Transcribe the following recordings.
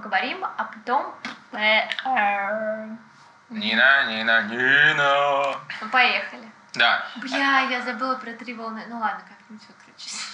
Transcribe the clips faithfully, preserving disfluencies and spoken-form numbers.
поговорим, а потом... Нина, Нина, Нина. Ну, поехали. Да. Бля, я забыла про три волны. Ну ладно, как-нибудь выкручусь.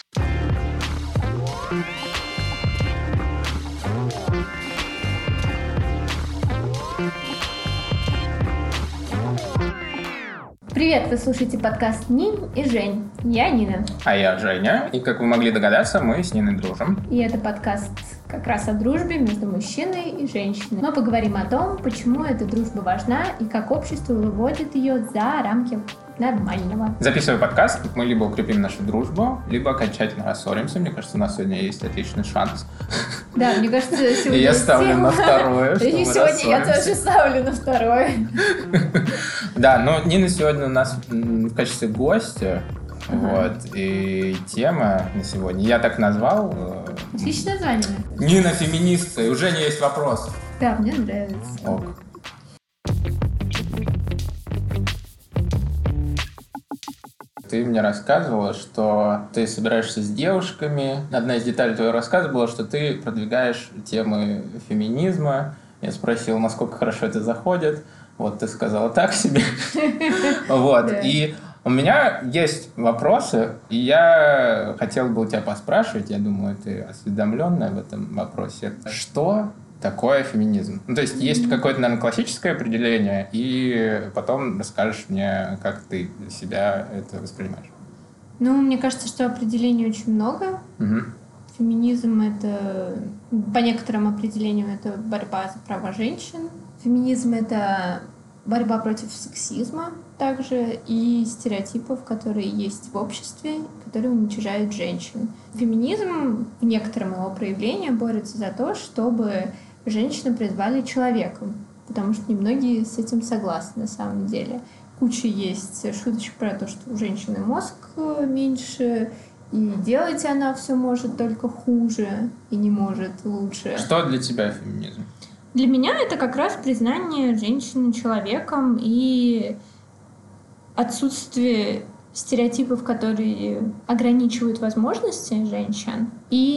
Привет, вы слушаете подкаст Нин и Жень. Я Нина. А я Женя. И, как вы могли догадаться, мы с Ниной дружим. И это подкаст как раз о дружбе между мужчиной и женщиной. Мы поговорим о том, почему эта дружба важна и как общество выводит ее за рамки нормального. Записывая подкаст, мы либо укрепим нашу дружбу, либо окончательно рассоримся. Мне кажется, у нас сегодня есть отличный шанс. Да, мне кажется, сегодня... И я ставлю на второе, что мы сегодня я тоже ставлю на второе. Да, но Нина сегодня у нас в качестве гостя. Вот, и тема на сегодня, я так назвал. Отличное название. Нина феминистка, и уже не есть вопрос. Да, мне нравится. Ок. Ты мне рассказывала, что ты собираешься с девушками. Одна из деталей твоего рассказа была, что ты продвигаешь темы феминизма. Я спросил, насколько хорошо это заходит. Вот, ты сказала так себе. Вот, и у меня есть вопросы, и я хотел бы у тебя поспрашивать, я думаю, ты осведомленная в этом вопросе. Что такое феминизм? Ну, то есть, есть какое-то, наверное, классическое определение, и потом расскажешь мне, как ты для себя это воспринимаешь. Ну, мне кажется, что определений очень много. Угу. Феминизм — это, по некоторым определениям, это борьба за права женщин. Феминизм — это борьба против сексизма также и стереотипов, которые есть в обществе, которые уничижают женщин. Феминизм в некотором его проявлении борется за то, чтобы женщину призвали человеком, потому что немногие с этим согласны на самом деле. Куча есть шуточек про то, что у женщины мозг меньше, и делать она все может только хуже и не может лучше. Что для тебя феминизм? Для меня это как раз признание женщины человеком и отсутствие стереотипов, которые ограничивают возможности женщин,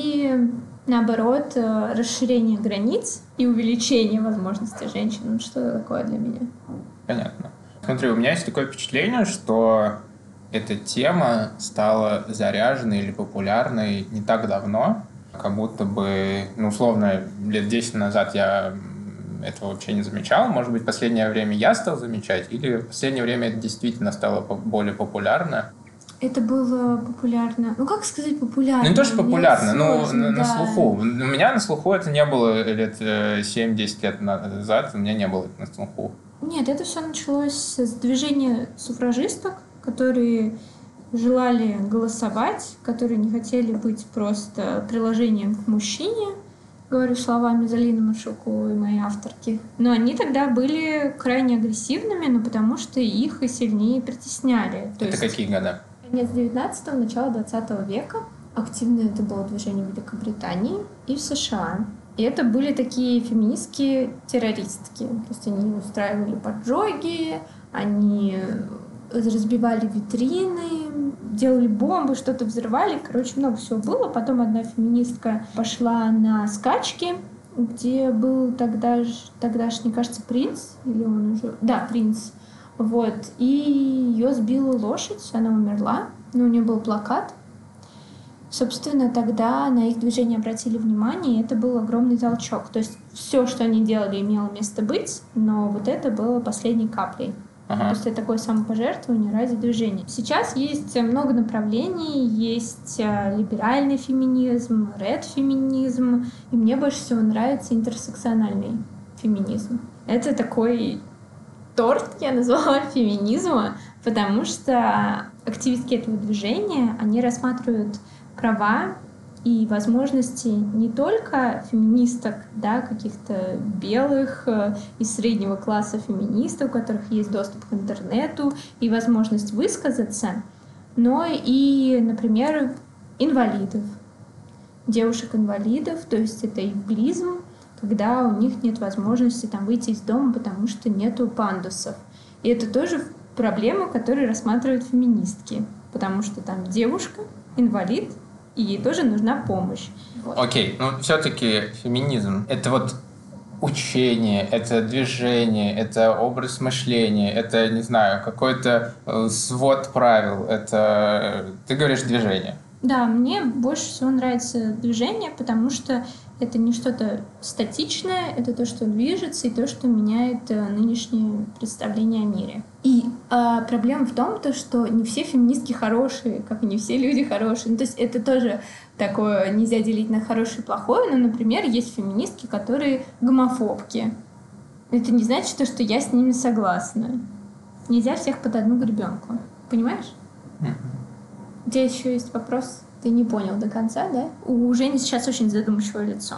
и, наоборот, расширение границ и увеличение возможностей женщин. Что это такое для меня? Понятно. Смотри, у меня есть такое впечатление, что эта тема стала заряженной или популярной не так давно, как будто бы, ну, условно, лет десять назад я этого вообще не замечал. Может быть, в последнее время я стал замечать, или в последнее время это действительно стало более популярно? Это было популярно. Ну, как сказать популярно? Ну, не то, что популярно, но сложно, на, да. на слуху. У меня на слуху это не было лет семь-десять лет назад, у меня не было это на слуху. Нет, это все началось с движения суфражисток, которые желали голосовать, которые не хотели быть просто приложением к мужчине, говорю словами Залины Машуковой, моей авторки. Но они тогда были крайне агрессивными, но потому что их и сильнее притесняли. То это есть какие года? Конец девятнадцатого, начало двадцатого века. Активно это было движение в Великобритании и в США. И это были такие феминистские террористки. То есть они устраивали поджоги, они разбивали витрины, делали бомбы, что-то взрывали. Короче, много всего было. Потом одна феминистка пошла на скачки, где был тогда, тогдашний, кажется, принц. Или он уже... Да, принц. Вот. И ее сбила лошадь, она умерла. Но у нее был плакат. Собственно, тогда на их движение обратили внимание, и это был огромный толчок. То есть все, что они делали, имело место быть, но вот это было последней каплей. Ага. То есть это такое самопожертвование ради движения. Сейчас есть много направлений, есть либеральный феминизм, ред-феминизм, и мне больше всего нравится интерсекциональный феминизм. Это такой торт, я назвала, феминизма, потому что активистки этого движения, они рассматривают права и возможности не только феминисток, да, каких-то белых из среднего класса феминисток, у которых есть доступ к интернету и возможность высказаться, но и, например, инвалидов, девушек-инвалидов, то есть это эйблизм, когда у них нет возможности там выйти из дома, потому что нету пандусов. И это тоже проблема, которую рассматривают феминистки, потому что там девушка, инвалид, и ей тоже нужна помощь. Вот. Окей, ну все-таки феминизм — это вот учение, это движение, это образ мышления, это, не знаю, какой-то э, свод правил, это, э, ты говоришь, движение. Да, мне больше всего нравится движение, потому что это не что-то статичное, это то, что движется, и то, что меняет э, нынешнее представление о мире. И э, проблема в том, то, что не все феминистки хорошие, как и не все люди хорошие. Ну, то есть это тоже такое, нельзя делить на хорошее и плохое, но, например, есть феминистки, которые гомофобки. Это не значит, то, что я с ними согласна. Нельзя всех под одну гребенку. Понимаешь? У тебя еще есть вопрос? Ты не понял до конца, да? У Жени сейчас очень задумчивое лицо.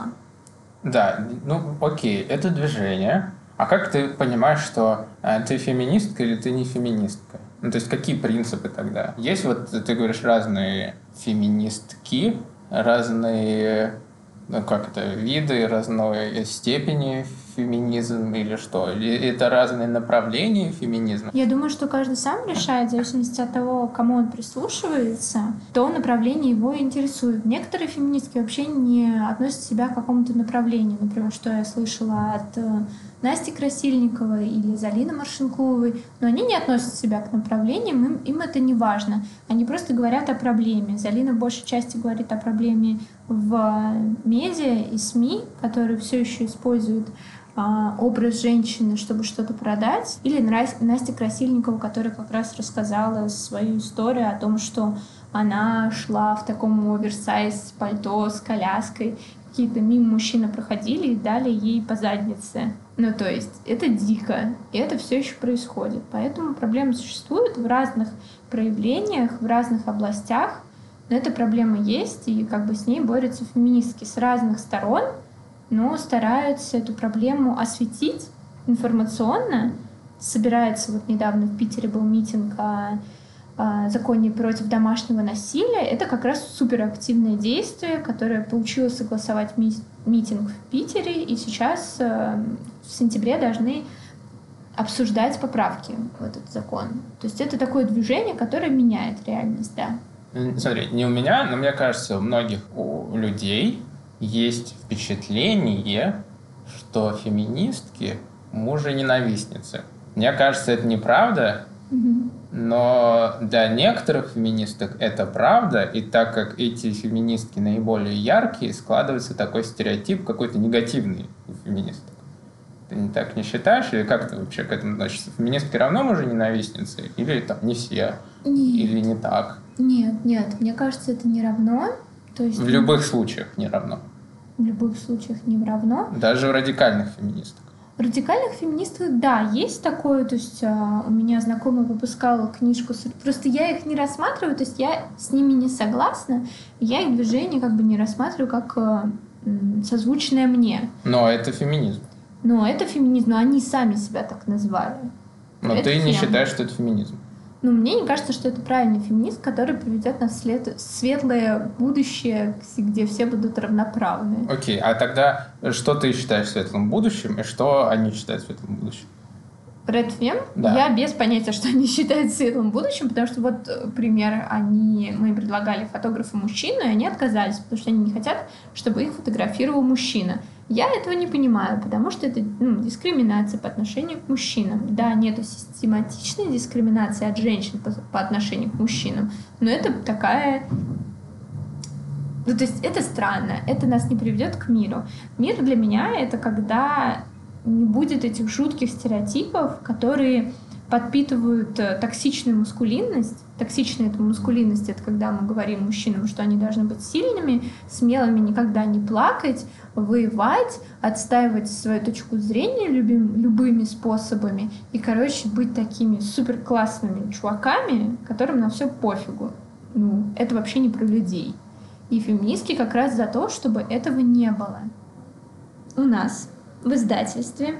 Да, ну окей, это движение. А как ты понимаешь, что э, ты феминистка или ты не феминистка? Ну, то есть какие принципы тогда? Есть вот, ты говоришь, разные феминистки, разные, ну как это, виды, разной степени феминизм или что? Или это разные направления феминизма? Я думаю, что каждый сам решает, в зависимости от того, кому он прислушивается, то направление его интересует. Некоторые феминистки вообще не относят себя к какому-то направлению. Например, что я слышала от Насти Красильниковой или Залины Маршинкуловой, но они не относят себя к направлениям, им, им это не важно. Они просто говорят о проблеме. Залина в большей части говорит о проблеме в медиа и СМИ, которые все еще используют а, образ женщины, чтобы что-то продать. Или Настя Красильникова, которая как раз рассказала свою историю о том, что она шла в таком оверсайз пальто с коляской, какие-то мимо мужчины проходили и дали ей по заднице. Ну, то есть это дико, и это все еще происходит. Поэтому проблема существует в разных проявлениях, в разных областях, но эта проблема есть, и как бы с ней борются феминистки с разных сторон, но стараются эту проблему осветить информационно. Собирается, вот недавно в Питере был митинг о, о законе против домашнего насилия. Это как раз суперактивное действие, которое получилось согласовать ми- митинг в Питере, и сейчас э, в сентябре должны обсуждать поправки в этот закон. То есть это такое движение, которое меняет реальность, да. Смотри, не у меня, но мне кажется, у многих у людей есть впечатление, что феминистки мужа-ненавистницы. Мне кажется, это неправда, Угу. но для некоторых феминисток это правда, и так как эти феминистки наиболее яркие, складывается такой стереотип какой-то негативный у феминисток. Ты не так не считаешь? Или как ты вообще к этому относишься? Феминистки равно мужа-ненавистницы? Или там не все? Нет. Или не так? Нет, нет, мне кажется, это не равно. То есть В любых случаях не равно. В любых случаях не равно. Даже у радикальных феминисток. В радикальных феминистах, да, есть такое. То есть а, у меня знакомая выпускала книжку. Просто я их не рассматриваю, то есть я с ними не согласна. Я их движение как бы не рассматриваю как а, созвучное мне. Но это феминизм. Но это феминизм, но они сами себя так назвали. Но это ты не фем. считаешь, что это феминизм? Ну, мне не кажется, что это правильный феминист, который приведет нас в след... светлое будущее, где все будут равноправны. Окей, а тогда что ты считаешь светлым будущим, и что они считают светлым будущим? Red Fem? Да. Я без понятия, что они считают светлым будущим, потому что вот пример, они, мы им предлагали фотографа мужчину, и они отказались, потому что они не хотят, чтобы их фотографировал мужчина. Я этого не понимаю, потому что это ну, дискриминация по отношению к мужчинам. Да, нету систематичной дискриминации от женщин по, по отношению к мужчинам, но это такая... Ну, то есть это странно, это нас не приведет к миру. Мир для меня — это когда не будет этих жутких стереотипов, которые подпитывают токсичную маскулинность. Токсичная эта маскулинность — это когда мы говорим мужчинам, что они должны быть сильными, смелыми, никогда не плакать, воевать, отстаивать свою точку зрения любим, любыми способами и, короче, быть такими суперклассными чуваками, которым на все пофигу. Ну, это вообще не про людей. И феминистки как раз за то, чтобы этого не было. У нас в издательстве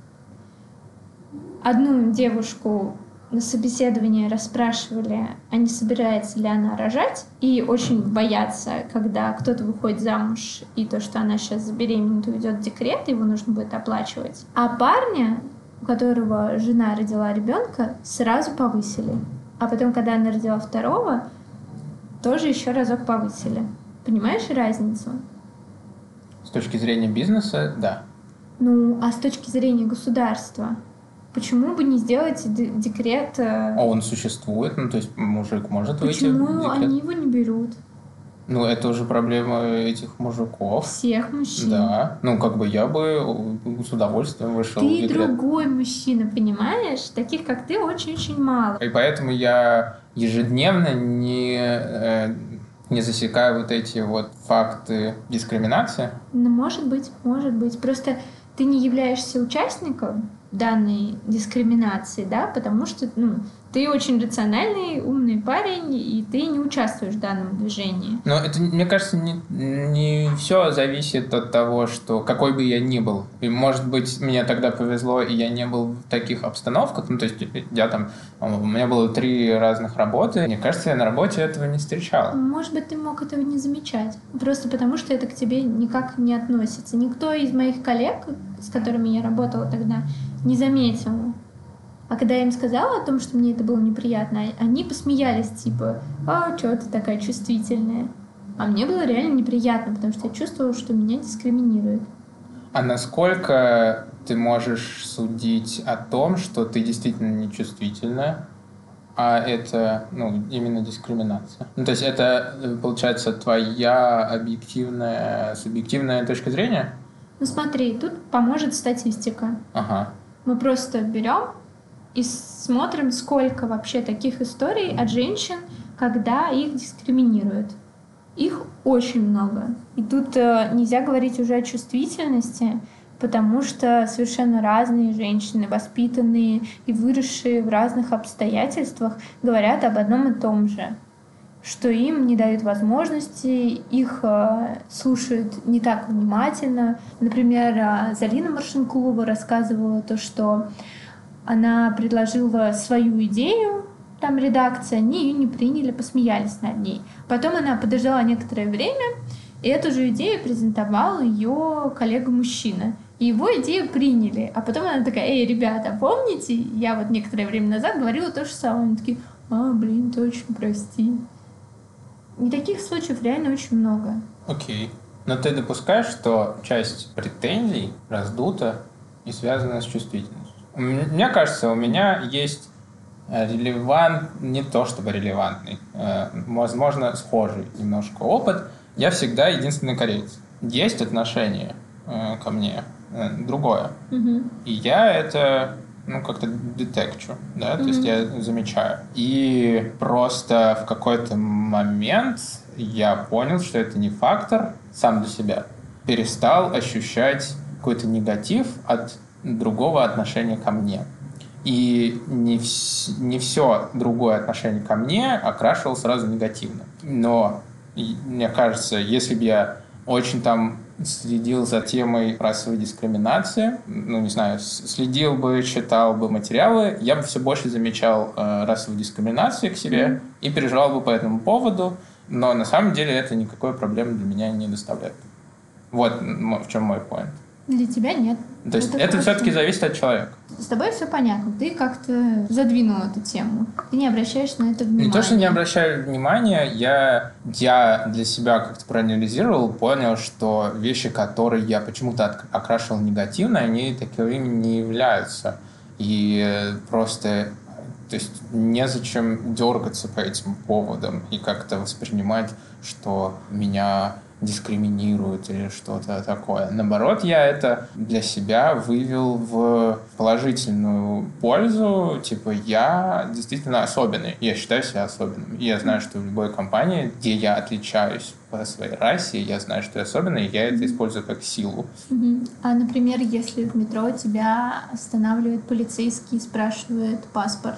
одну девушку на собеседовании расспрашивали, а не собирается ли она рожать, и очень боятся, когда кто-то выходит замуж, и то, что она сейчас забеременеет, уйдет в декрет, его нужно будет оплачивать. А парня, у которого жена родила ребенка, сразу повысили. А потом, когда она родила второго, тоже еще разок повысили. Понимаешь разницу? С точки зрения бизнеса, да. Ну, а с точки зрения государства, почему бы не сделать д- декрет? э, А он существует, ну, то есть мужик может выйти в Почему декрет. они его не берут? Ну, это уже проблема этих мужиков. Всех мужчин. Да. Ну, как бы я бы с удовольствием вышел в Ты декрет. другой мужчина, понимаешь? Таких, как ты, очень-очень мало. И поэтому я ежедневно не, э, не засекаю вот эти вот факты дискриминации. Ну, может быть, может быть. Просто ты не являешься участником данной дискриминации, да, потому что, ну, ты очень рациональный, умный парень, и ты не участвуешь в данном движении. Но это, мне кажется, не, не все зависит от того, что какой бы я ни был. И, может быть, мне тогда повезло, и я не был в таких обстановках. Ну, то есть я там... У меня было три разных работы. Мне кажется, я на работе этого не встречал. Может быть, ты мог этого не замечать. Просто потому, что это к тебе никак не относится. Никто из моих коллег, с которыми я работала тогда, не заметил. А когда я им сказала о том, что мне это было неприятно, они посмеялись, типа, «А, чё ты такая чувствительная?» А мне было реально неприятно, потому что я чувствовала, что меня дискриминируют. А насколько ты можешь судить о том, что ты действительно нечувствительная, а это, ну, именно дискриминация? Ну, то есть это, получается, твоя объективная, субъективная точка зрения? Ну смотри, тут поможет статистика. Ага. Мы просто берем и смотрим, сколько вообще таких историй от женщин, когда их дискриминируют. Их очень много. И тут э, нельзя говорить уже о чувствительности, потому что совершенно разные женщины, воспитанные и выросшие в разных обстоятельствах, говорят об одном и том же, что им не дают возможности, их э, слушают не так внимательно. Например, э, Залина Маршинкулова рассказывала то, что она предложила свою идею, там редакция, они ее не приняли, посмеялись над ней. Потом она подождала некоторое время, и эту же идею презентовал ее коллега-мужчина. И его идею приняли. А потом она такая: «Эй, ребята, помните, я вот некоторое время назад говорила то же самое?» Они такие: «А, блин, точно, прости». И таких случаев реально очень много. Окей. Но ты допускаешь, что часть претензий раздута и связана с чувствительностью? Мне кажется, у меня есть релевант, не то чтобы релевантный, возможно, схожий немножко опыт. Я всегда единственный кореец. Есть отношение ко мне другое. Угу. И я это, ну, как-то детекчу, да, то Мгм. есть я замечаю. И просто в какой-то момент я понял, что это не фактор сам для себя. Перестал ощущать какой-то негатив от другого отношения ко мне. И не, вс- не все другое отношение ко мне окрашивал сразу негативно. Но и мне кажется, если бы я очень там следил за темой расовой дискриминации, ну, не знаю, с- следил бы, читал бы материалы, я бы все больше замечал э, расовую дискриминацию к себе Мгм. и переживал бы по этому поводу, но на самом деле это никакой проблемы для меня не доставляет. Вот м- в чем мой поинт. Для тебя нет. То есть Это это просто- все-таки зависит от человека. С тобой все понятно. Ты как-то задвинул эту тему. Ты не обращаешь на это внимания. Не то, что не обращаю внимания, я, я для себя как-то проанализировал, понял, что вещи, которые я почему-то от- окрашивал негативно, они таковыми не являются. И э, просто, то есть, незачем дергаться по этим поводам и как-то воспринимать, что меня дискриминируют или что-то такое. Наоборот, я это для себя вывел в положительную пользу. Типа, я действительно особенный. Я считаю себя особенным. И я знаю, что в любой компании, где я отличаюсь по своей расе, я знаю, что я особенный, и я это использую как силу. Мгм. А, например, если в метро тебя останавливает полицейский и спрашивает паспорт.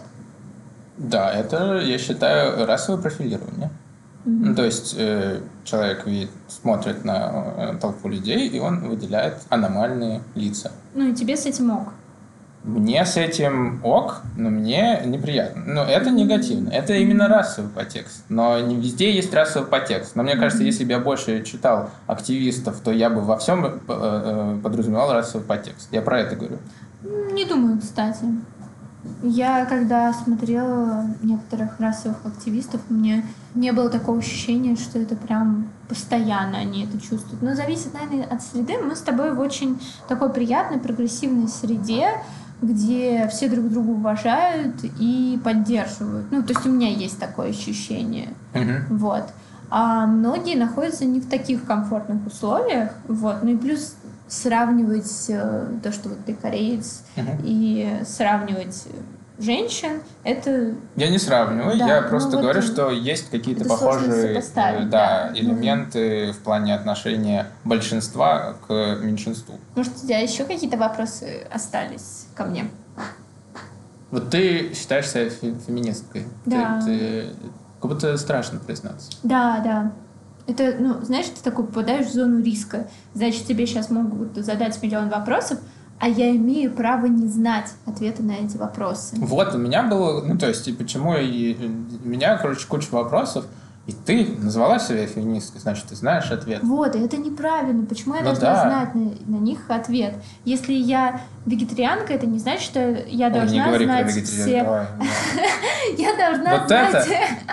Да, это, я считаю, расовое профилирование. Мгм. Ну, то есть э, человек видит, смотрит на э, толпу людей, и он выделяет аномальные лица. Ну и тебе с этим ок. Мне с этим ок, но мне неприятно. Но это негативно. Это именно расовый подтекст. Но не везде есть расовый подтекст. Но мне кажется, если бы я больше читал активистов, то я бы во всем э, э, подразумевал расовый подтекст. Я про это говорю. М, Не думаю, кстати. Я, когда смотрела некоторых расовых активистов, у меня не было такого ощущения, что это прям постоянно они это чувствуют. Но зависит, наверное, от среды. Мы с тобой в очень такой приятной, прогрессивной среде, где все друг друга уважают и поддерживают. Ну, то есть у меня есть такое ощущение. Uh-huh. Вот. А многие находятся не в таких комфортных условиях. Вот. Ну и плюс сравнивать э, то, что вот ты кореец, uh-huh. и сравнивать женщин, это... Я не сравниваю, да, я просто ну, говорю, вот что есть какие-то похожие да, да, элементы mm-hmm. в плане отношения большинства к меньшинству. Может, у тебя еще какие-то вопросы остались ко мне? Вот ты считаешь себя фе- феминисткой. Да. Ты, ты, как будто страшно признаться. Да, да. Это, ну, знаешь, ты такой попадаешь в зону риска. Значит, тебе сейчас могут задать миллион вопросов, а я имею право не знать ответы на эти вопросы. Вот, у меня было... Ну, то есть, и почему... И, у меня, короче, куча вопросов, и ты назвала себя феминисткой, значит, ты знаешь ответ. Вот, и это неправильно. Почему я ну, должна да. знать на, на них ответ? Если я вегетарианка, это не значит, что я Ой, должна не говори знать про все... Давай, Я должна вот знать...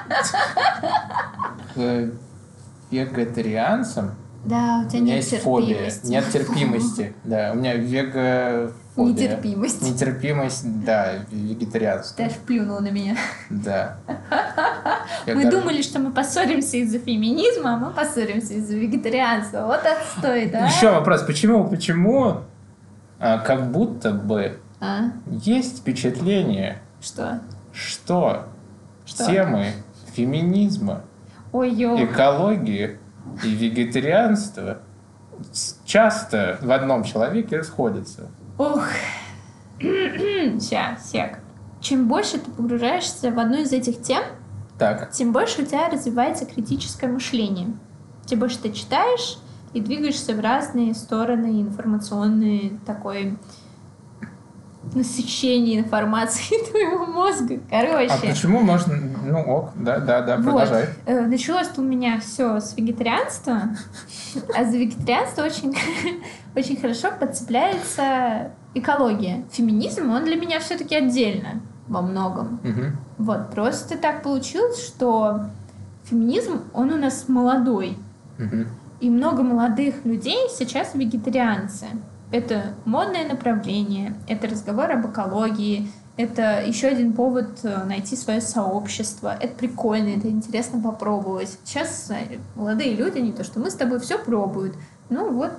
Это... Вегетарианцам да, у тебя у меня нет есть фобия. Нет терпимости. Да, у меня вегофобия. Нетерпимость. Нетерпимость, да, вегетарианство. Ты аж плюнула на меня. Да. Мы даже... думали, что мы поссоримся из-за феминизма, а мы поссоримся из-за вегетарианства. Вот отстой, да? Еще вопрос. Почему, почему а, как будто бы а? есть впечатление, что, что, что? темы феминизма, Ой-ё. экологии и вегетарианства часто в одном человеке расходятся. Ох, сейчас, сек. Чем больше ты погружаешься в одну из этих тем, так. тем больше у тебя развивается критическое мышление. Тем больше ты читаешь и двигаешься в разные стороны информационные, такой насыщение информацией твоего мозга. Короче. А почему можно... Ну, ок, да, да, да, продолжай. Вот. Началось-то у меня все с вегетарианства, а за вегетарианство очень, очень хорошо подцепляется экология. Феминизм, он для меня все-таки отдельно во многом. Угу. Вот, просто так получилось, что феминизм, он у нас молодой. Угу. И много молодых людей сейчас вегетарианцы. Это модное направление, это разговор об экологии, это еще один повод найти свое сообщество. Это прикольно, это интересно попробовать. Сейчас молодые люди, не то что мы с тобой, все пробуют. Ну вот.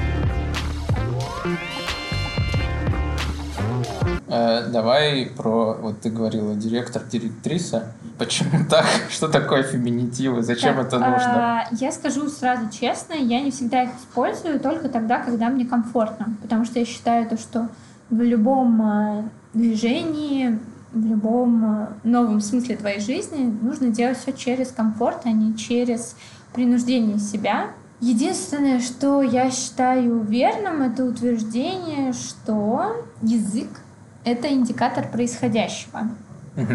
Э, давай про... Вот ты говорила, директор, директриса. Почему так? Что такое феминитивы? Зачем так, это нужно? А, я скажу сразу честно, я не всегда их использую, только тогда, когда мне комфортно. Потому что я считаю, то, что в любом движении, в любом новом смысле твоей жизни нужно делать все через комфорт, а не через принуждение себя. Единственное, что я считаю верным, это утверждение, что язык — это индикатор происходящего. Угу.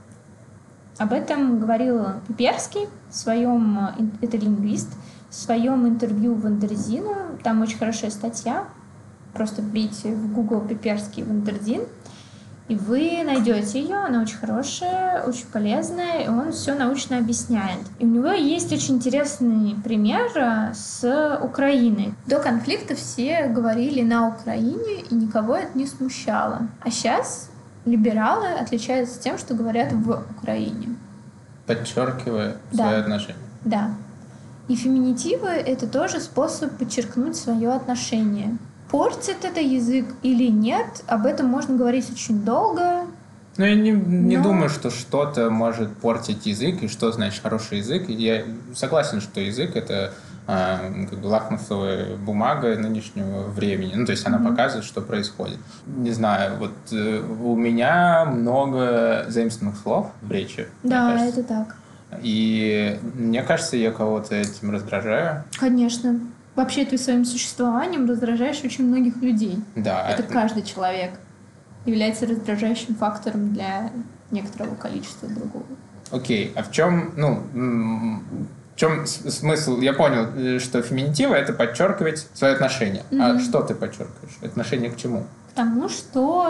Об этом говорил Пиперский в своем, это лингвист, в своем интервью в Вандерзину. Там очень хорошая статья. Просто вбейте в Google Пиперский Вандерзин, и вы найдете ее. Она очень хорошая, очень полезная, и он все научно объясняет. И у него есть очень интересный пример с Украиной. До конфликта все говорили на Украине, и никого это не смущало. А сейчас либералы отличаются тем, что говорят в Украине. Подчеркивая да. свои отношения. Да. И феминитивы — это тоже способ подчеркнуть свое отношение. Портит это язык или нет, об этом можно говорить очень долго. Ну, я не, не но... думаю, что что-то может портить язык, и что значит хороший язык. Я согласен, что язык — это э, как бы лакмусовая бумага нынешнего времени. Ну, то есть она mm-hmm. показывает, что происходит. Не знаю, вот э, у меня много заимствованных слов в речи. Да, это так. И мне кажется, я кого-то этим раздражаю. Конечно. Вообще ты своим существованием раздражаешь очень многих людей. Да. Это каждый человек является раздражающим фактором для некоторого количества другого. Окей, а в чем, ну, в чем смысл? Я понял, что феминитивы — это подчеркивать свои отношения. Mm-hmm. А что ты подчеркиваешь? Отношение к чему? К тому, что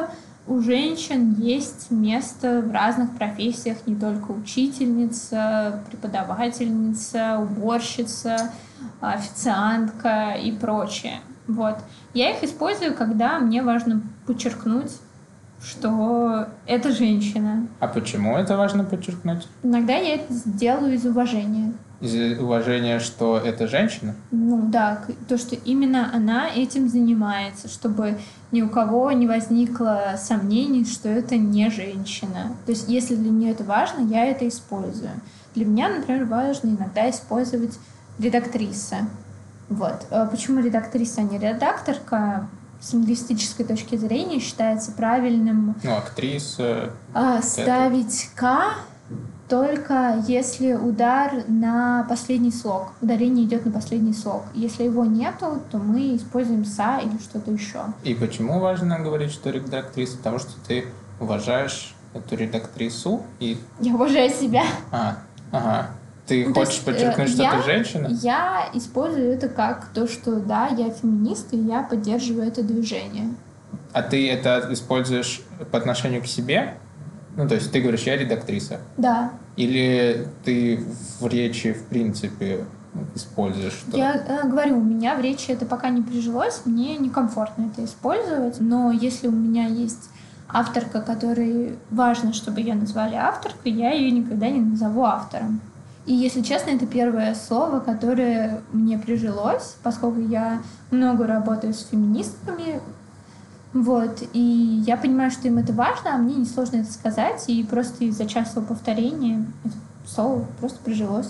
у женщин есть место в разных профессиях, не только учительница, преподавательница, уборщица, официантка и прочее. Вот. Я их использую, когда мне важно подчеркнуть, что это женщина. А почему это важно подчеркнуть? Иногда я это делаю из уважения. Из уважения, что это женщина? Ну да, то, что именно она этим занимается, чтобы ни у кого не возникло сомнений, что это не женщина. То есть если для нее это важно, я это использую. Для меня, например, важно иногда использовать редактриса. Вот. Почему редактриса, а не редакторка? С лингвистической точки зрения считается правильным ну, актриса, а, ставить «к», только если удар на последний слог. Ударение идет на последний слог. Если его нету, то мы используем «са» или что-то еще. И почему важно говорить, что редактриса? Потому что ты уважаешь эту редактрису и... Я уважаю себя. А, ага. Ты ну, хочешь есть, подчеркнуть, что я, ты женщина? Я использую это как то, что да, я феминист, и я поддерживаю это движение. А ты это используешь по отношению к себе? Ну, то есть ты говоришь, я редактриса. Да. Или ты в речи, в принципе, используешь что? Я э, говорю, у меня в речи это пока не прижилось, мне некомфортно это использовать, но если у меня есть авторка, которой важно, чтобы ее назвали авторкой, я ее никогда не назову автором. И, если честно, это первое слово, которое мне прижилось, поскольку я много работаю с феминистками, вот, и я понимаю, что им это важно, а мне несложно это сказать, и просто из-за частого повторения это слово просто прижилось.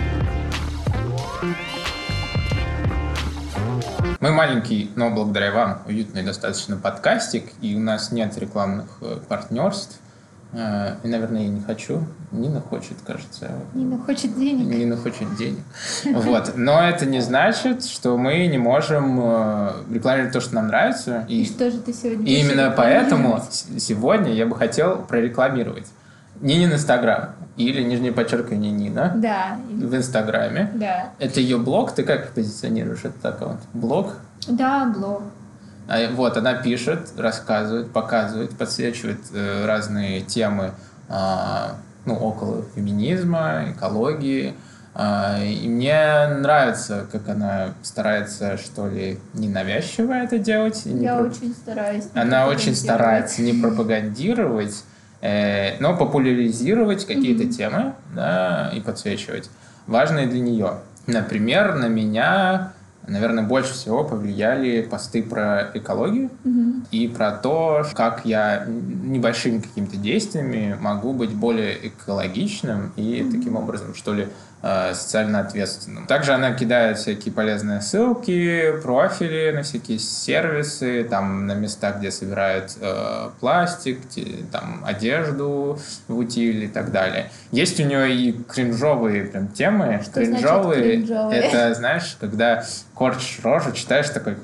Мы маленький, но благодаря вам уютный достаточно подкастик, и у нас нет рекламных партнерств. И, наверное, я не хочу. Нина хочет, кажется. Нина хочет денег. Нина хочет денег. Вот. Но это не значит, что мы не можем рекламировать то, что нам нравится. И, и что же ты сегодня И именно поэтому сегодня я бы хотел прорекламировать Нинин Инстаграм. Или нижнее подчеркивание Нина. Да. В Инстаграме. Да. Это ее блог. Ты как позиционируешь этот аккаунт? Блог? Да, блог. Вот, она пишет, рассказывает, показывает, подсвечивает э, разные темы э, ну, около феминизма, экологии. Э, и мне нравится, как она старается, что ли, ненавязчиво это делать. Я про... очень стараюсь. Она очень старается не пропагандировать, э, но популяризировать какие-то mm-hmm. темы, да, и подсвечивать важные для нее. Например, на меня... Наверное, больше всего повлияли посты про экологию mm-hmm. и про то, как я небольшими какими-то действиями могу быть более экологичным и mm-hmm. таким образом, что ли, социально ответственным. Также она кидает всякие полезные ссылки, профили на всякие сервисы, там на места, где собирают э, пластик, там одежду в утиль и так далее. Есть у нее и кринжовые прям темы. Что кринжовые, значит кринжовые? Это, знаешь, когда корчишь рожу, читаешь такой...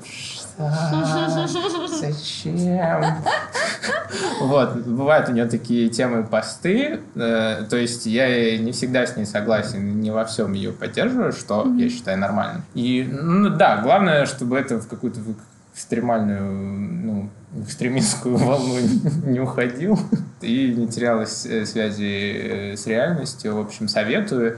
Зачем? Вот, бывают у нее такие темы, посты, э, то есть я не всегда с ней согласен, не во всем ее поддерживаю, что mm-hmm. я считаю нормальным. И, ну да, главное, чтобы это в какую-то экстремальную, ну, экстремистскую волну не уходил и не терялось связи с реальностью. В общем, советую.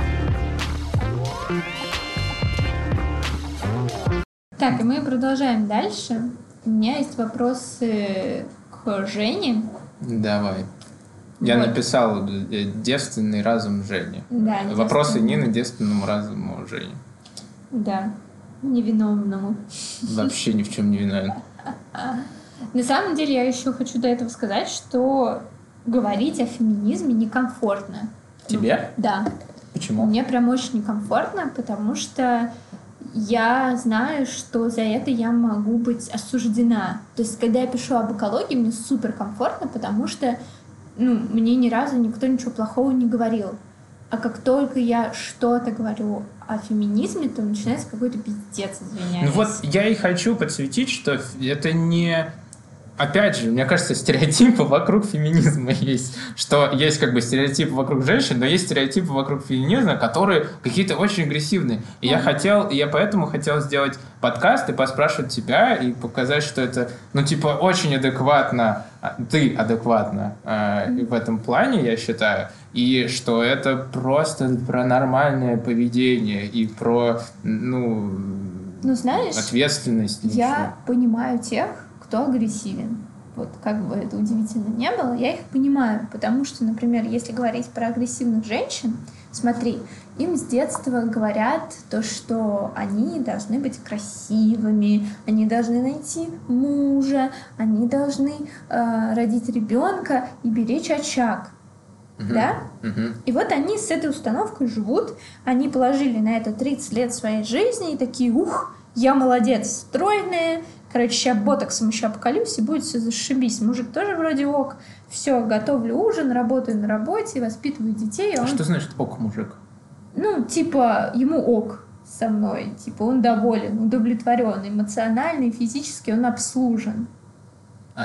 Так, и мы продолжаем дальше. У меня есть вопросы к Жене. Давай. Я вот. написал «Девственный разум Жени». Да, вопросы Нины девственному разуму Жени. Да, невиновному. Вообще ни в чем не виновен. На самом деле, я еще хочу до этого сказать, что говорить о феминизме некомфортно. Тебе? Да. Почему? Мне прям очень некомфортно, потому что я знаю, что за это я могу быть осуждена. То есть, когда я пишу об экологии, мне супер комфортно, потому что ну, мне ни разу никто ничего плохого не говорил. А как только я что-то говорю о феминизме, то начинается какой-то пиздец, извиняюсь. Ну вот я и хочу подсветить, что это не опять же, мне кажется, стереотипы вокруг феминизма есть. Что есть как бы стереотипы вокруг женщин, но есть стереотипы вокруг феминизма, которые какие-то очень агрессивные. И я хотел, я поэтому хотел сделать подкаст и поспрашивать тебя и показать, что это, ну, типа, очень адекватно, ты адекватна э, в этом плане, я считаю, и что это просто про нормальное поведение и про, ну, ну знаешь, ответственность. Я личную. понимаю тех, кто агрессивен. Вот как бы это удивительно не было, я их понимаю, потому что, например, если говорить про агрессивных женщин, смотри, им с детства говорят то, что они должны быть красивыми, они должны найти мужа, они должны э, родить ребенка и беречь очаг. Uh-huh. Да? Uh-huh. И вот они с этой установкой живут, они положили на это тридцать лет своей жизни и такие, ух, я молодец, стройная, короче, сейчас ботоксом еще обколюсь, и будет все зашибись. Мужик тоже вроде ок. Все, готовлю ужин, работаю на работе, воспитываю детей. А он... что значит ок мужик? Ну, типа, ему ок со мной. Типа, он доволен, удовлетворен, эмоционально и физически он обслужен. А.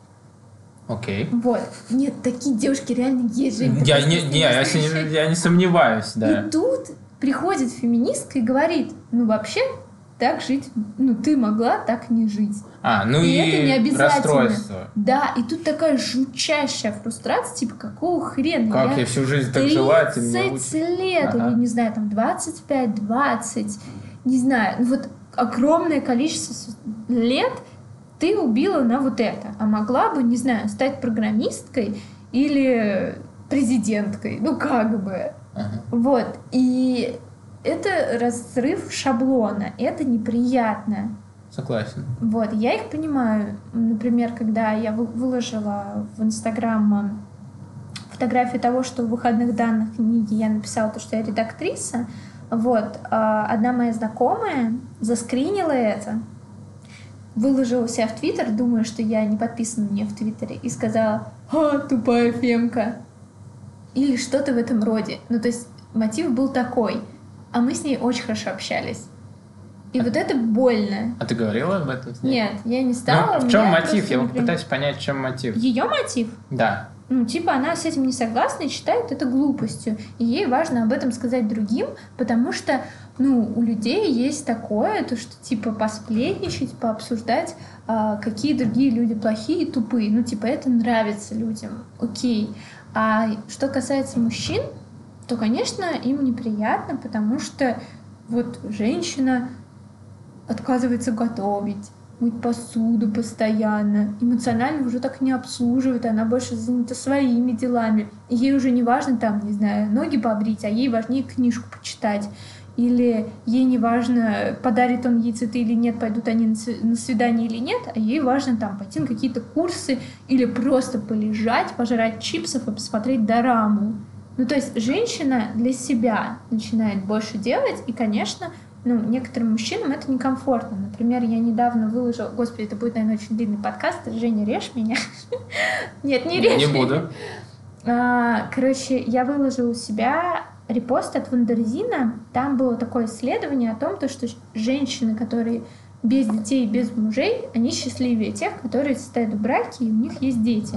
Окей. Вот. Нет, такие девушки реально есть, Жень. Я не, не, я, не, я не сомневаюсь, да. И тут приходит феминистка и говорит, ну, вообще... так жить, ну, ты могла так не жить. А, ну и, и это не обязательно. Расстройство. Да, и тут такая жутчайшая фрустрация, типа, какого хрена? Как я, я всю жизнь так жила, ты меня тридцать лет, ага. или, не знаю, там, двадцать пять двадцать, не знаю, ну, вот огромное количество лет ты убила на вот это, а могла бы, не знаю, стать программисткой или президенткой, ну, как бы. Ага. Вот, и... это разрыв шаблона, это неприятно. Согласен. Вот, я их понимаю. Например, когда я выложила в Инстаграм фотографию того, что в выходных данных книги я написала то, что я редактриса, вот, одна моя знакомая заскринила это, выложила у себя в Твиттер, думая, что я не подписана на нее в Твиттере, и сказала: «А, тупая фемка». Или что-то в этом роде. Ну, то есть мотив был такой. А мы с ней очень хорошо общались. И а вот это больно. А ты говорила об этом? Нет, я не стала. Ну, в чем мотив? Просто, я например... пытаюсь понять, в чем мотив. Ее мотив? Да. Ну, типа, она с этим не согласна и считает это глупостью. И ей важно об этом сказать другим, потому что, ну, у людей есть такое, то, что, типа, посплетничать, пообсуждать, а, какие другие люди плохие и тупые. Ну, типа, это нравится людям. Окей. А что касается мужчин, то, конечно, им неприятно, потому что вот женщина отказывается готовить, мыть посуду постоянно, эмоционально уже так не обслуживает, она больше занята своими делами. И ей уже не важно там, не знаю, ноги побрить, а ей важнее книжку почитать. Или ей не важно, подарит он ей цветы или нет, пойдут они на свидание или нет, а ей важно там пойти на какие-то курсы или просто полежать, пожрать чипсов и посмотреть дораму. Ну, то есть женщина для себя начинает больше делать, и, конечно, ну, некоторым мужчинам это некомфортно. Например, я недавно выложила... Господи, это будет, наверное, очень длинный подкаст. Женя, режь меня. Нет, не режь. Не буду. Короче, я выложила у себя репост от Вандерзина. Там было такое исследование о том, что женщины, которые без детей и без мужей, они счастливее тех, которые состоят в браке, и у них есть дети.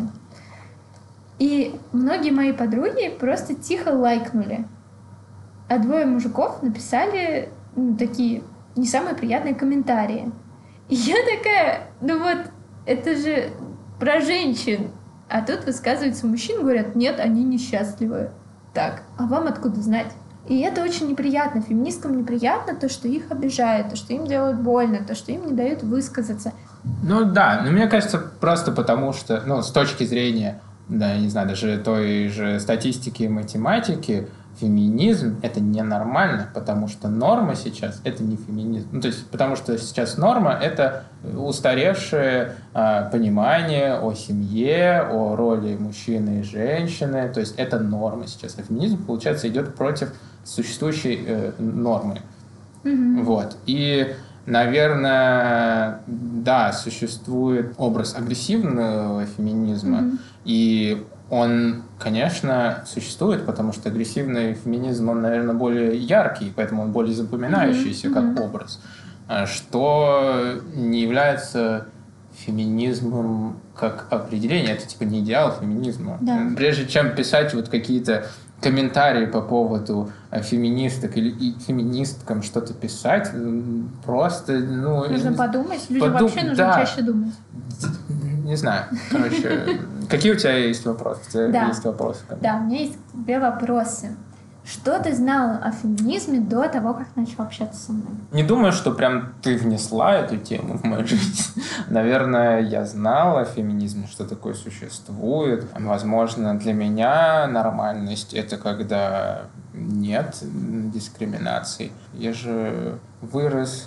И многие мои подруги просто тихо лайкнули. А двое мужиков написали, ну, такие не самые приятные комментарии. И я такая, ну вот, это же про женщин. А тут высказываются мужчины, говорят: нет, они несчастливы. Так, а вам откуда знать? И это очень неприятно. Феминисткам неприятно то, что их обижают, то, что им делают больно, то, что им не дают высказаться. Ну да, но мне кажется, просто потому что, ну, с точки зрения, да, я не знаю, даже той же статистики и математики, феминизм — это ненормально, потому что норма сейчас — это не феминизм. Ну, то есть, потому что сейчас норма — это устаревшее э, понимание о семье, о роли мужчины и женщины. То есть, это норма сейчас. А феминизм, получается, идет против существующей э, нормы. Mm-hmm. Вот. И, наверное, да, существует образ агрессивного феминизма, mm-hmm. и он, конечно, существует, потому что агрессивный феминизм, он, наверное, более яркий, поэтому он более запоминающийся mm-hmm. как образ, что не является феминизмом как определение. Это типа не идеал феминизма. Да. Прежде чем писать вот какие-то комментарии по поводу феминисток или и феминисткам что-то писать, просто, ну... Нужно подумать. Людям подум... вообще нужно да. чаще думать. Не знаю. Короче, какие у тебя есть вопросы? У тебя Да. есть вопросы ко мне? Да, у меня есть к тебе вопросы. Что ты знала о феминизме до того, как начал общаться со мной? Не думаю, что прям ты внесла эту тему в мою жизнь. Наверное, я знал о феминизме, что такое существует. Возможно, для меня нормальность — это когда нет дискриминации. Я же вырос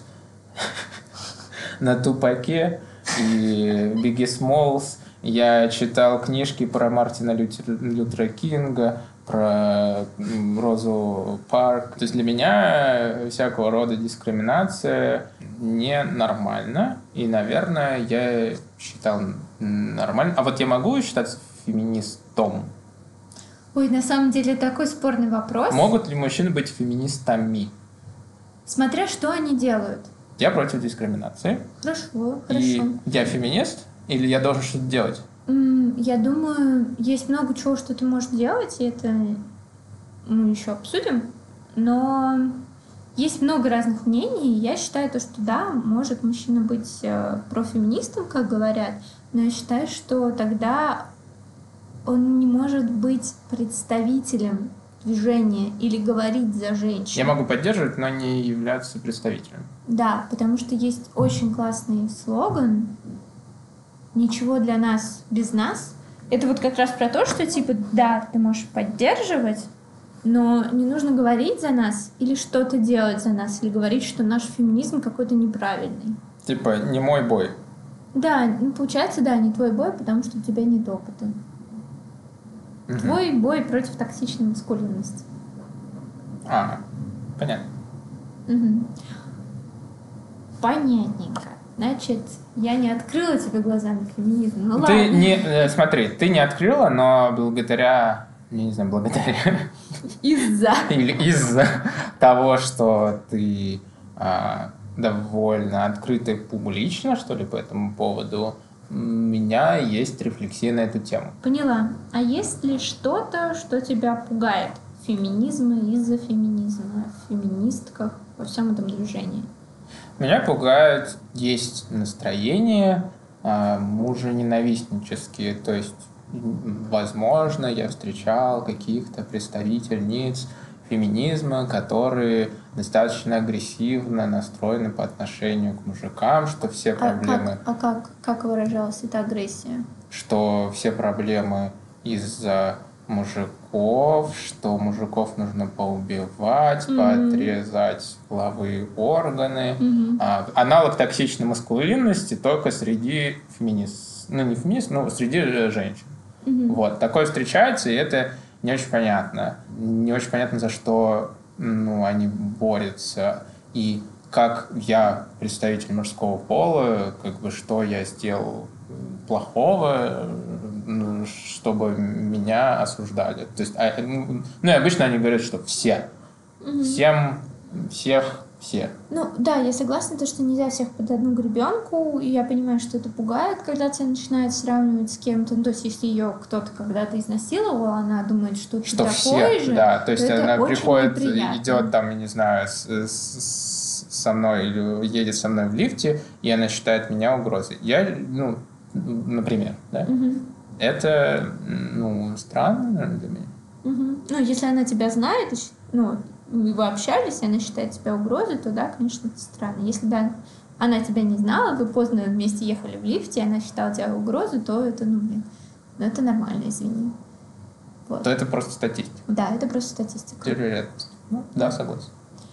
на Тупаке и Бигги Смоллс. Я читал книжки про Мартина Лютер, Лютера Кинга, про Розу Парк. То есть для меня всякого рода дискриминация ненормальна. И, наверное, я считал нормально. А вот я могу считаться феминистом? Ой, на самом деле такой спорный вопрос. Могут ли мужчины быть феминистами? Смотря что они делают. Я против дискриминации. Хорошо, И хорошо. я феминист? Или я должен что-то делать? Я думаю, есть много чего, что ты можешь делать, и это мы еще обсудим. Но есть много разных мнений, и я считаю, то, что да, может мужчина быть э, профеминистом, как говорят, но я считаю, что тогда он не может быть представителем движения или говорить за женщин. Я могу поддерживать, но не являться представителем. Да, потому что есть очень классный слоган «Ничего для нас без нас». Это вот как раз про то, что типа, да, ты можешь поддерживать, но не нужно говорить за нас или что-то делать за нас, или говорить, что наш феминизм какой-то неправильный. Типа, не мой бой. Да, ну получается, да, не твой бой, потому что у тебя нет опыта. Угу. Твой бой против токсичной маскулинности. А, понятно. Угу. Понятненько. Значит, я не открыла тебе глаза на феминизм. Ну ты ладно. не, э, смотри, ты не открыла, но благодаря, я не знаю, благодаря Из-за. или из-за того, что ты а, довольно открыта и публична, что ли, по этому поводу, у меня есть рефлексия на эту тему. Поняла. А есть ли что-то, что тебя пугает? Феминизма, из-за феминизма, в феминистках, во всем этом движении? Меня пугает, есть настроение а, мужененавистнические, то есть, возможно, я встречал каких-то представительниц феминизма, которые достаточно агрессивно настроены по отношению к мужикам, что все проблемы... А, как, а как, как выражалась эта агрессия? Что все проблемы из-за мужиков, что мужиков нужно поубивать, mm-hmm. поотрезать половые органы. Mm-hmm. А, аналог токсичной маскулинности только среди феминист, ну не феминист, но среди женщин. Mm-hmm. Вот, такое встречается, и это не очень понятно. Не очень понятно, за что ну, они борются. И как я, представитель мужского пола, как бы что я сделал плохого, чтобы меня осуждали. То есть, ну, и обычно они говорят, что все. Угу. Всем, всех, все. Ну, да, я согласна, то, что нельзя всех под одну гребенку, и я понимаю, что это пугает, когда тебя начинают сравнивать с кем-то. Ну, то есть, если ее кто-то когда-то изнасиловал, она думает, что ты что такой все, же, да, то есть, то она приходит, неприятно. идет там, я не знаю, с, с, со мной или едет со мной в лифте, и она считает меня угрозой. Я, ну, например, да, угу. Это, ну, странно, наверное, для меня. Угу. Ну, если она тебя знает, ну, вы общались, и она считает тебя угрозой, то да, конечно, это странно. Если да, она тебя не знала, вы поздно вместе ехали в лифте, и она считала тебя угрозой, то это, ну, блин, ну, это нормально, извини. Вот. То это просто статистика. Да, это просто статистика. Вероятность. Ну, да, согласен.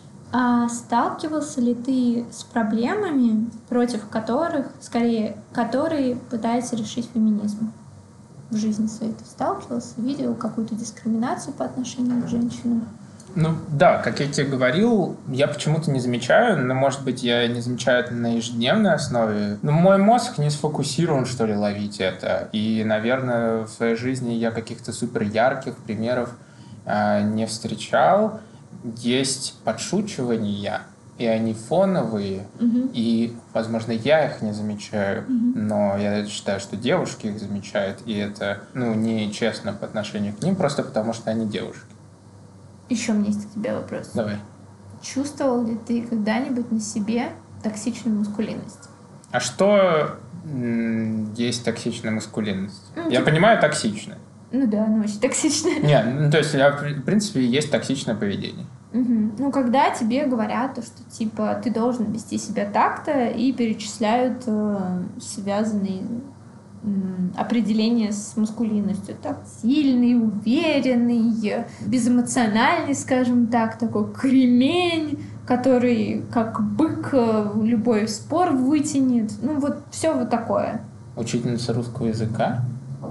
А сталкивался ли ты с проблемами, против которых, скорее, которые пытается решить феминизм? В жизни своей ты сталкивался, видел какую-то дискриминацию по отношению к женщинам? Ну да, как я тебе говорил, я почему-то не замечаю, но, может быть, я не замечаю это на ежедневной основе. Но мой мозг не сфокусирован, что ли, ловить это. И, наверное, в своей жизни я каких-то супер ярких примеров э, не встречал. Есть подшучивания, и они фоновые, Мгм. и, возможно, я их не замечаю, Мгм. но я считаю, что девушки их замечают, и это, ну, нечестно по отношению к ним, просто потому что они девушки. Еще у меня есть к тебе вопрос. Давай. Чувствовал ли ты когда-нибудь на себе токсичную маскулинность? А что м, есть токсичная маскулинность? Ну, Я типа- понимаю, токсичная. Ну да, она очень токсичная. Нет, ну, то есть, я, в принципе, есть токсичное поведение. Мгм. Ну, когда тебе говорят, то, что, типа, ты должен вести себя так-то, и перечисляют э, связанные м, определения с маскулинностью. Так, сильный, уверенный, безэмоциональный, скажем так, такой кремень, который как бык э, любой спор вытянет. Ну, вот все вот такое. Учительница русского языка,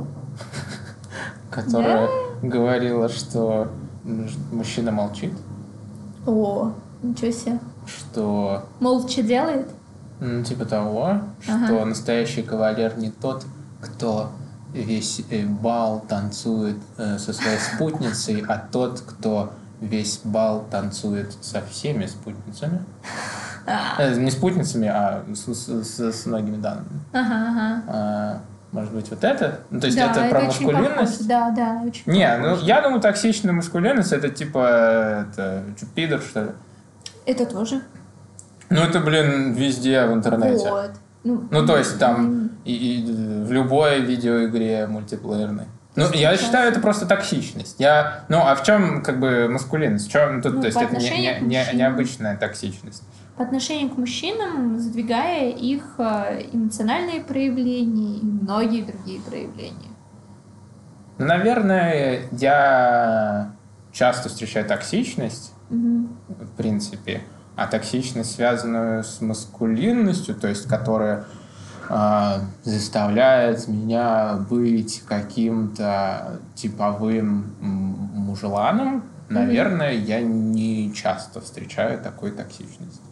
которая говорила, что мужчина молчит, О, ничего себе. что, Молча делает? ну, типа того, что Ага. настоящий кавалер не тот, кто весь э, бал танцует э, со своей спутницей, а тот, кто весь бал танцует со всеми спутницами. А, Э, не спутницами, а с, с- с- с многими данными. Ага, ага. А, может быть, вот это? Ну, то есть Да, это про очень маскулинность? похоже. Да, да, очень Не, ну похоже. я думаю, токсичная маскулинность это типа это, пидор, что ли. Это тоже. Ну, это, блин, везде в интернете. Вот. Ну, Ну, то есть там м, и, и в любой видеоигре мультиплеерной. Ну, я Сейчас. считаю, это просто токсичность. Я, ну, а в чем, как бы, маскулинность? В чем тут, Ну, то есть по это не, отношению не, к не- мужчинам. необычная токсичность. по отношению к мужчинам, задвигая их э, эмоциональные проявления и многие другие проявления. Ну, наверное, я часто встречаю токсичность, Мгм. в принципе, а токсичность, связанную с маскулинностью, то есть которая а, заставляет меня быть каким-то типовым м, мужеланом, наверное, я не часто встречаю такой токсичность.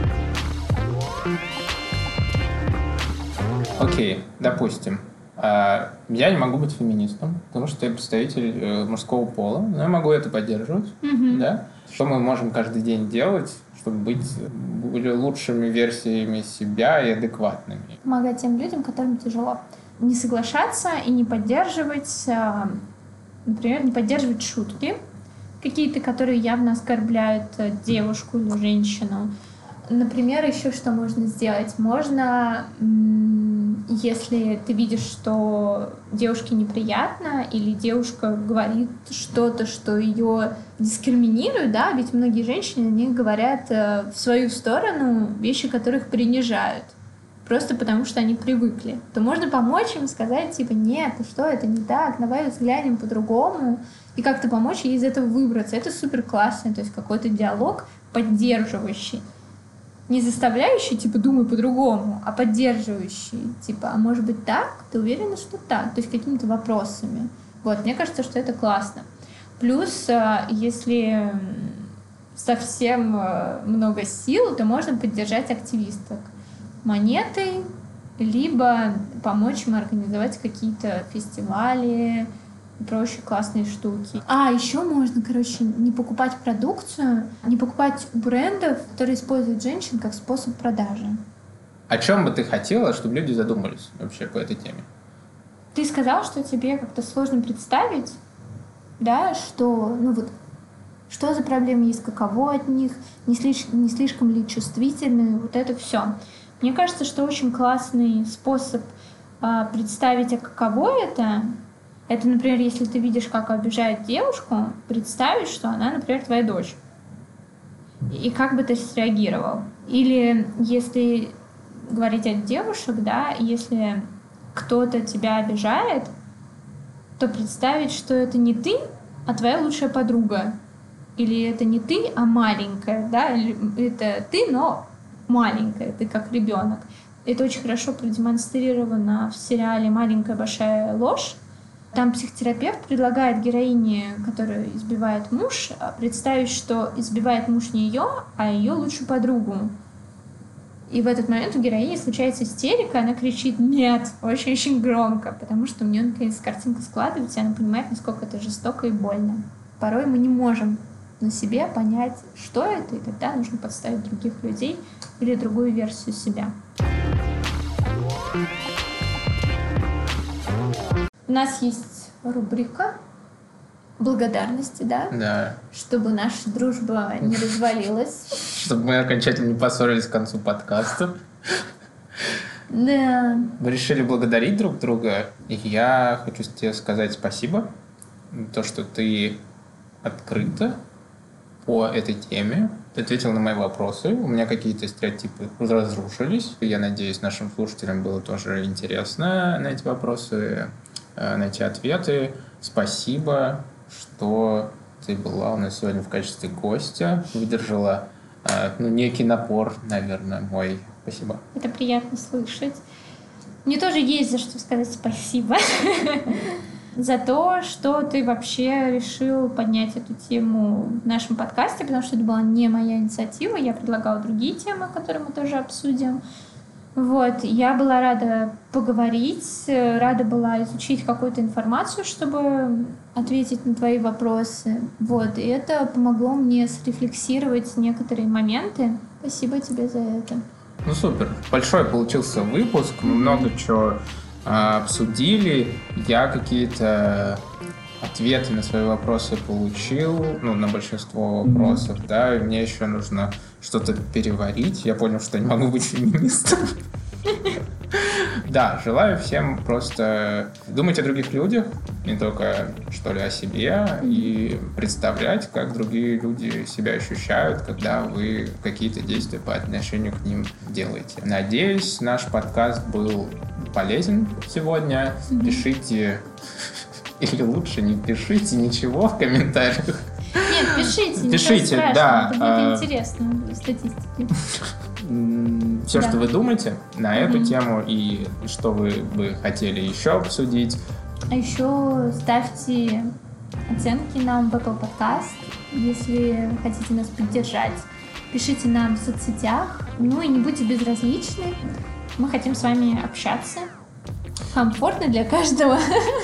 Окей, допустим, а, я не могу быть феминистом, потому что я представитель э, мужского пола, но я могу это поддерживать, Мгм. да? Что мы можем каждый день делать, чтобы быть более лучшими версиями себя и адекватными? Помогать тем людям, которым тяжело. Не соглашаться и не поддерживать, а, например, не поддерживать шутки какие-то, которые явно оскорбляют э, девушку или женщину. Например, еще что можно сделать? Можно, м, если ты видишь, что девушке неприятно, или девушка говорит что-то, что ее дискриминирует, да, ведь многие женщины, они говорят э, в свою сторону вещи, которых принижают, просто потому что они привыкли, то можно помочь им сказать, типа, нет, ты что, это не так, давай взглянем по-другому, и как-то помочь ей из этого выбраться. Это супер классно, то есть какой-то диалог поддерживающий. Не заставляющий, типа, думай по-другому, а поддерживающий, типа, а может быть так? Ты уверена, что так? То есть какими-то вопросами. Вот, мне кажется, что это классно. Плюс, э, если м, совсем э, много сил, то можно поддержать активисток монетой, либо помочь им организовать какие-то фестивали и прочие классные штуки. А, еще можно, короче, не покупать продукцию, не покупать у брендов, которые используют женщин как способ продажи. О чем бы ты хотела, чтобы люди задумались вообще по этой теме? Ты сказал, что тебе как-то сложно представить, да, что, ну вот, что за проблемы есть, каково от них, не слишком, не слишком ли чувствительны, вот это все. Мне кажется, что очень классный способ а, представить, а каково это, это, например, если ты видишь, как обижают девушку, представить, что она, например, твоя дочь. И как бы ты среагировал. Или если говорить о девушек, да, если кто-то тебя обижает, то представить, что это не ты, а твоя лучшая подруга. Или это не ты, а маленькая, да, или это ты, но маленькая, ты как ребенок. Это очень хорошо продемонстрировано в сериале «Маленькая большая ложь». Там психотерапевт предлагает героине, которую избивает муж, представить, что избивает муж не ее, а ее лучшую подругу. И в этот момент у героини случается истерика, она кричит «нет» очень-очень громко, потому что у нее наконец картинка складывается, и она понимает, насколько это жестоко и больно. Порой мы не можем на себе понять, что это, и тогда нужно подставить других людей или другую версию себя. У нас есть рубрика благодарности, да? Да. Чтобы наша дружба не развалилась. Чтобы мы окончательно не поссорились к концу подкаста. Да. Мы решили благодарить друг друга, и я хочу тебе сказать спасибо. То, что ты открыта по этой теме. Ты ответил на мои вопросы. У меня какие-то стереотипы разрушились. Я надеюсь, нашим слушателям было тоже интересно на эти вопросы найти ответы. Спасибо, что ты была у нас сегодня в качестве гостя. Выдержала ну, некий напор, наверное, мой. Спасибо. Это приятно слышать. Мне тоже есть за что сказать спасибо. За то, что ты вообще решил поднять эту тему в нашем подкасте, потому что это была не моя инициатива. Я предлагала другие темы, которые мы тоже обсудим. Вот. Я была рада поговорить, рада была изучить какую-то информацию, чтобы ответить на твои вопросы. Вот. И это помогло мне срефлексировать некоторые моменты. Спасибо тебе за это. Ну, супер. Большой получился выпуск. Мы много чего а, обсудили. Я какие-то ответы на свои вопросы получил. Ну, на большинство вопросов, mm-hmm. да. И мне еще нужно что-то переварить. Я понял, что не могу быть феминистом. Да, желаю всем просто думать о других людях, не только, что ли, о себе, и представлять, как другие люди себя ощущают, когда вы какие-то действия по отношению к ним делаете. Надеюсь, наш подкаст был полезен сегодня. Mm-hmm. Пишите, или лучше не пишите ничего в комментариях. Нет, пишите, пишите, ничего страшного, да. Это будет интересно для статистики. Все, да. что вы думаете на эту mm-hmm. тему и что вы бы хотели еще обсудить. А еще ставьте оценки нам в Apple Podcast, если вы хотите нас поддержать. Пишите нам в соцсетях. Ну и не будьте безразличны. Мы хотим с вами общаться. Комфортно для каждого.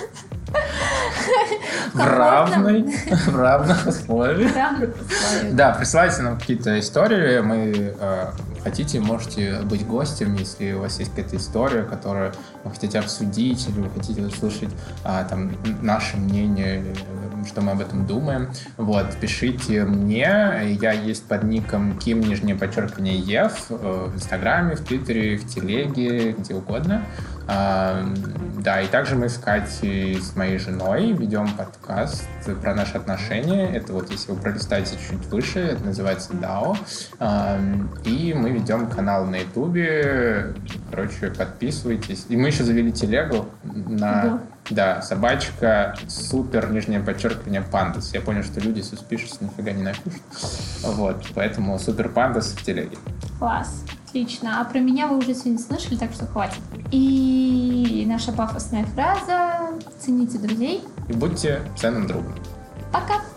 В равной, в равных условиях. Да, присылайте нам какие-то истории. Мы э, хотите, можете быть гостем, если у вас есть какая-то история, которую вы хотите обсудить, или вы хотите услышать а, там, наше мнение, что мы об этом думаем. Вот, пишите мне. Я есть под ником Ким, нижнее подчеркивание, Ев, в Инстаграме, в Твиттере, в Телеге, где угодно. А, да, и также мы с Катей, с моей женой ведем подкаст про наши отношения. Это вот, если вы пролистаете чуть выше, это называется дао. А, и мы ведем канал на Ютубе. Короче, подписывайтесь. И мы еще завели телегу на... Да. Да, собачка, супер, нижнее подчеркивание, пандас. Я понял, что люди suspicious нифига не напишут. Вот, поэтому супер пандас в телеге. Класс, отлично. А про меня вы уже сегодня слышали, так что хватит. И наша пафосная фраза: цените друзей. И будьте ценным другом. Пока.